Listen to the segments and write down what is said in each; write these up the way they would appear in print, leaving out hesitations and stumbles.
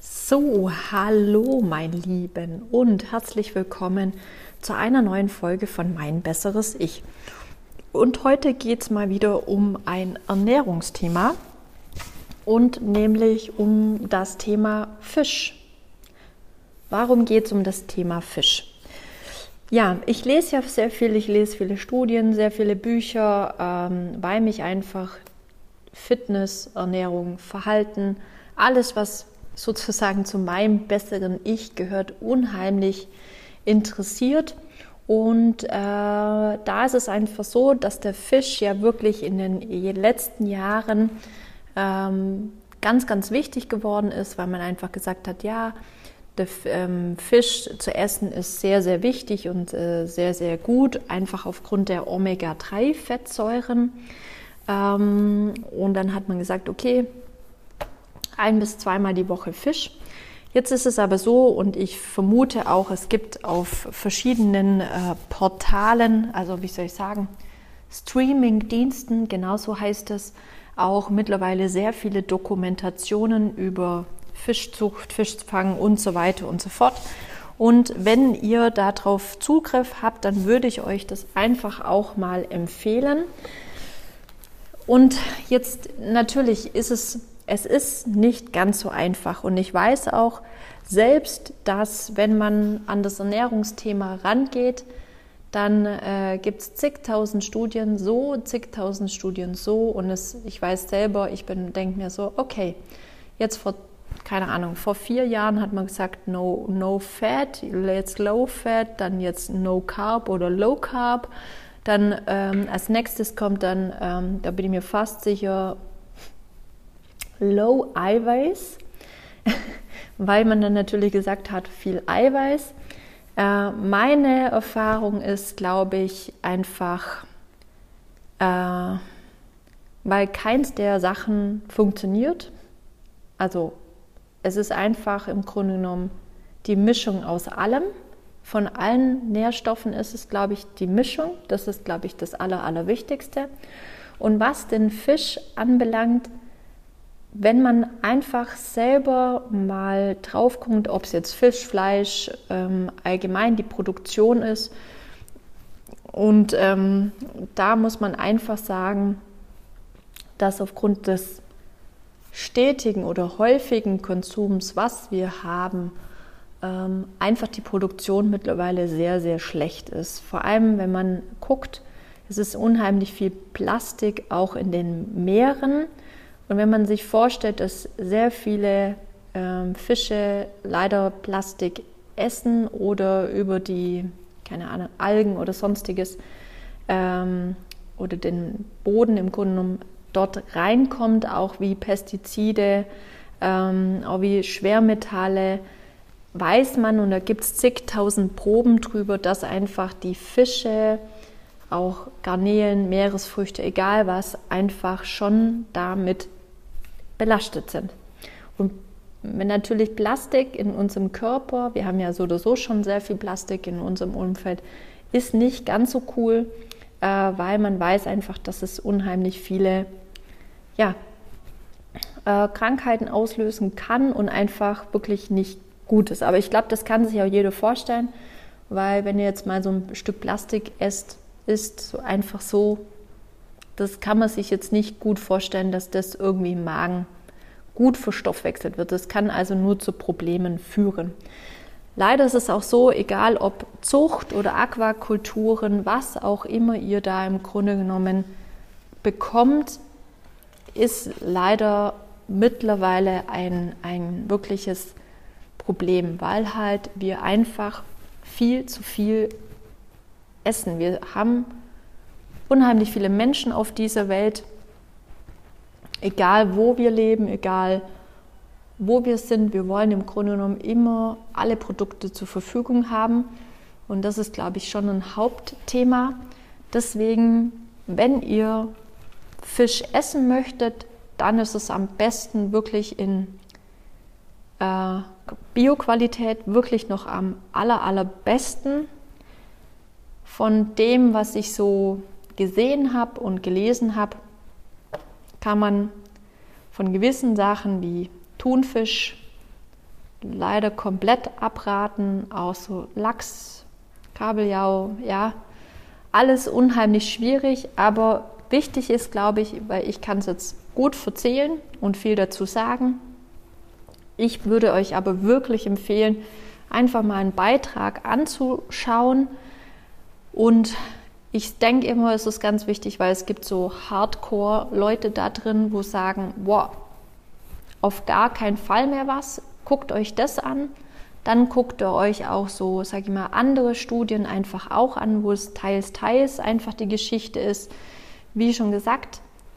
So, hallo mein Lieben und herzlich willkommen zu einer neuen Folge von Mein besseres Ich. Und heute geht es mal wieder um ein Ernährungsthema und nämlich um das Thema Fisch. Warum geht es um das Thema Fisch? Ja, ich lese ja sehr viel, ich lese viele Studien, sehr viele Bücher, weil mich einfach Fitness, Ernährung, Verhalten, alles was sozusagen zu meinem besseren Ich gehört, unheimlich interessiert. Und da ist es einfach so, dass der Fisch ja wirklich in den letzten Jahren ganz, ganz wichtig geworden ist, weil man einfach gesagt hat, ja, der Fisch zu essen ist sehr, sehr wichtig und sehr, sehr gut, einfach aufgrund der Omega-3-Fettsäuren. Und dann hat man gesagt, okay, 1- bis 2-mal die Woche Fisch. Jetzt ist es aber so, und ich vermute auch, es gibt auf verschiedenen Portalen, also wie soll ich sagen, Streaming-Diensten, genauso heißt es, auch mittlerweile sehr viele Dokumentationen über Fischzucht, Fischfang und so weiter und so fort. Und wenn ihr darauf Zugriff habt, dann würde ich euch das einfach auch mal empfehlen. Und jetzt natürlich ist es ist nicht ganz so einfach und ich weiß auch selbst, dass wenn man an das Ernährungsthema rangeht, dann gibt es zigtausend Studien so, zigtausend Studien so und ich weiß selber, denke mir so, okay, jetzt vor 4 Jahren hat man gesagt, no fat, jetzt low fat, dann jetzt no carb oder low carb, dann als nächstes kommt dann, da bin ich mir fast sicher, Low Eiweiß, weil man dann natürlich gesagt hat, viel Eiweiß. Meine Erfahrung ist, glaube ich, einfach, weil keins der Sachen funktioniert. Also es ist einfach im Grunde genommen die Mischung aus allem. Von allen Nährstoffen ist es, glaube ich, die Mischung. Das ist, glaube ich, das Allerwichtigste. Und was den Fisch anbelangt, wenn man einfach selber mal drauf guckt, ob es jetzt Fisch, Fleisch, allgemein die Produktion ist. Und da muss man einfach sagen, dass aufgrund des stetigen oder häufigen Konsums, was wir haben, einfach die Produktion mittlerweile sehr, sehr schlecht ist. Vor allem, wenn man guckt, es ist unheimlich viel Plastik auch in den Meeren. Und wenn man sich vorstellt, dass sehr viele Fische leider Plastik essen oder über die, keine Ahnung, Algen oder sonstiges oder den Boden im Grunde genommen dort reinkommt, auch wie Pestizide, auch wie Schwermetalle, weiß man, und da gibt es zigtausend Proben drüber, dass einfach die Fische, auch Garnelen, Meeresfrüchte, egal was, einfach schon damit belastet sind. Und wenn natürlich Plastik in unserem Körper, wir haben ja so oder so schon sehr viel Plastik in unserem Umfeld, ist nicht ganz so cool, weil man weiß einfach, dass es unheimlich viele Krankheiten auslösen kann und einfach wirklich nicht gut ist. Aber ich glaube, das kann sich auch jeder vorstellen, weil wenn ihr jetzt mal so ein Stück Plastik isst so einfach so, das kann man sich jetzt nicht gut vorstellen, dass das irgendwie im Magen gut verstoffwechselt wird. Das kann also nur zu Problemen führen. Leider ist es auch so, egal ob Zucht oder Aquakulturen, was auch immer ihr da im Grunde genommen bekommt, ist leider mittlerweile ein wirkliches Problem, weil halt wir einfach viel zu viel essen. Wir haben unheimlich viele Menschen auf dieser Welt, egal wo wir leben, egal wo wir sind, wir wollen im Grunde genommen immer alle Produkte zur Verfügung haben. Und das ist, glaube ich, schon ein Hauptthema. Deswegen, wenn ihr Fisch essen möchtet, dann ist es am besten wirklich in Bioqualität, wirklich noch am allerbesten. Von dem, was ich so gesehen habe und gelesen habe, kann man von gewissen Sachen wie Thunfisch, leider komplett abraten, auch so Lachs, Kabeljau, ja, alles unheimlich schwierig, aber wichtig ist, glaube ich, weil ich kann es jetzt gut erzählen und viel dazu sagen. Ich würde euch aber wirklich empfehlen, einfach mal einen Beitrag anzuschauen. Und ich denke immer, es ist ganz wichtig, weil es gibt so Hardcore-Leute da drin, wo sagen, wow, auf gar keinen Fall mehr was, guckt euch das an. Dann guckt ihr euch auch so, sage ich mal, andere Studien einfach auch an, wo es teils einfach die Geschichte ist. Wie schon gesagt,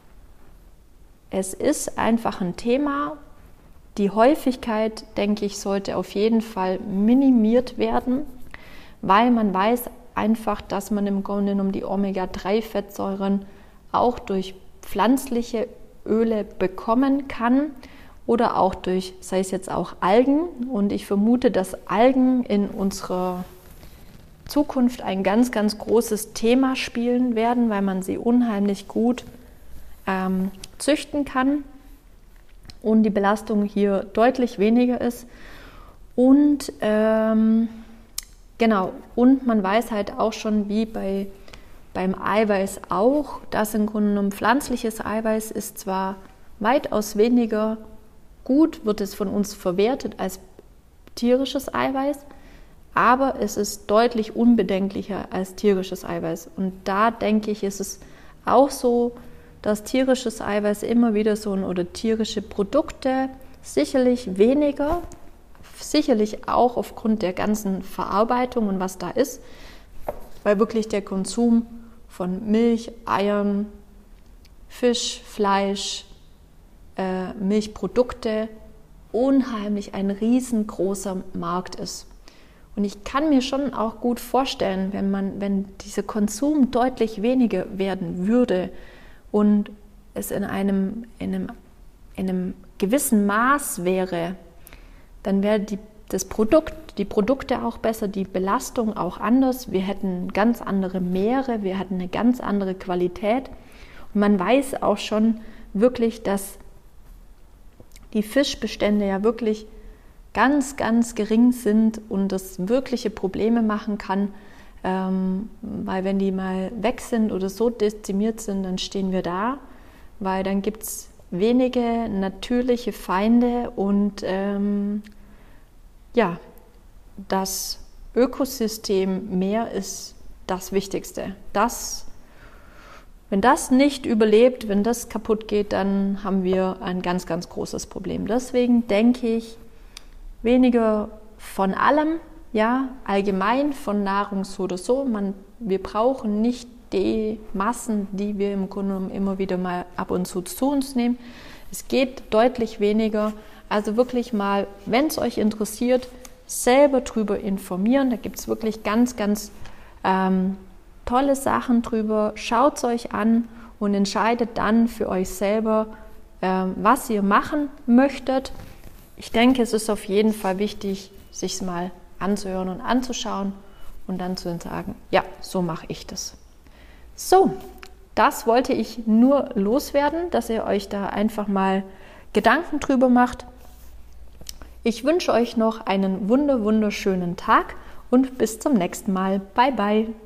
es ist einfach ein Thema. Die Häufigkeit, denke ich, sollte auf jeden Fall minimiert werden, weil man weiß einfach, dass man im Grunde genommen die Omega-3-Fettsäuren auch durch pflanzliche Öle bekommen kann oder auch durch, sei es jetzt auch Algen. Und ich vermute, dass Algen in unserer Zukunft ein ganz, ganz großes Thema spielen werden, weil man sie unheimlich gut züchten kann und die Belastung hier deutlich weniger ist. Und genau, und man weiß halt auch schon, wie beim Eiweiß auch, dass im Grunde genommen pflanzliches Eiweiß ist zwar weitaus weniger gut, wird es von uns verwertet als tierisches Eiweiß, aber es ist deutlich unbedenklicher als tierisches Eiweiß. Und da denke ich, ist es auch so, dass tierisches Eiweiß immer wieder oder tierische Produkte sicherlich weniger, sicherlich auch aufgrund der ganzen Verarbeitung und was da ist, weil wirklich der Konsum von Milch, Eiern, Fisch, Fleisch, Milchprodukte unheimlich ein riesengroßer Markt ist. Und ich kann mir schon auch gut vorstellen, wenn dieser Konsum deutlich weniger werden würde und es in einem gewissen Maß wäre, dann wäre die Produkte auch besser, die Belastung auch anders. Wir hätten ganz andere Meere, wir hätten eine ganz andere Qualität. Und man weiß auch schon wirklich, dass die Fischbestände ja wirklich ganz, ganz gering sind und das wirkliche Probleme machen kann, weil wenn die mal weg sind oder so dezimiert sind, dann stehen wir da, weil dann gibt es wenige natürliche Feinde und ja, das Ökosystem Meer ist das Wichtigste. Wenn das nicht überlebt, wenn das kaputt geht, dann haben wir ein ganz, ganz großes Problem. Deswegen denke ich, weniger von allem, ja, allgemein von Nahrung so oder so. Wir brauchen nicht die Massen, die wir im Grunde genommen immer wieder mal ab und zu uns nehmen. Es geht deutlich weniger. Also wirklich mal, wenn es euch interessiert, selber drüber informieren. Da gibt es wirklich ganz, ganz tolle Sachen drüber. Schaut es euch an und entscheidet dann für euch selber, was ihr machen möchtet. Ich denke, es ist auf jeden Fall wichtig, sich es mal anzuhören und anzuschauen und dann zu sagen, ja, so mache ich das. So, das wollte ich nur loswerden, dass ihr euch da einfach mal Gedanken drüber macht. Ich wünsche euch noch einen wunderschönen Tag und bis zum nächsten Mal. Bye, bye.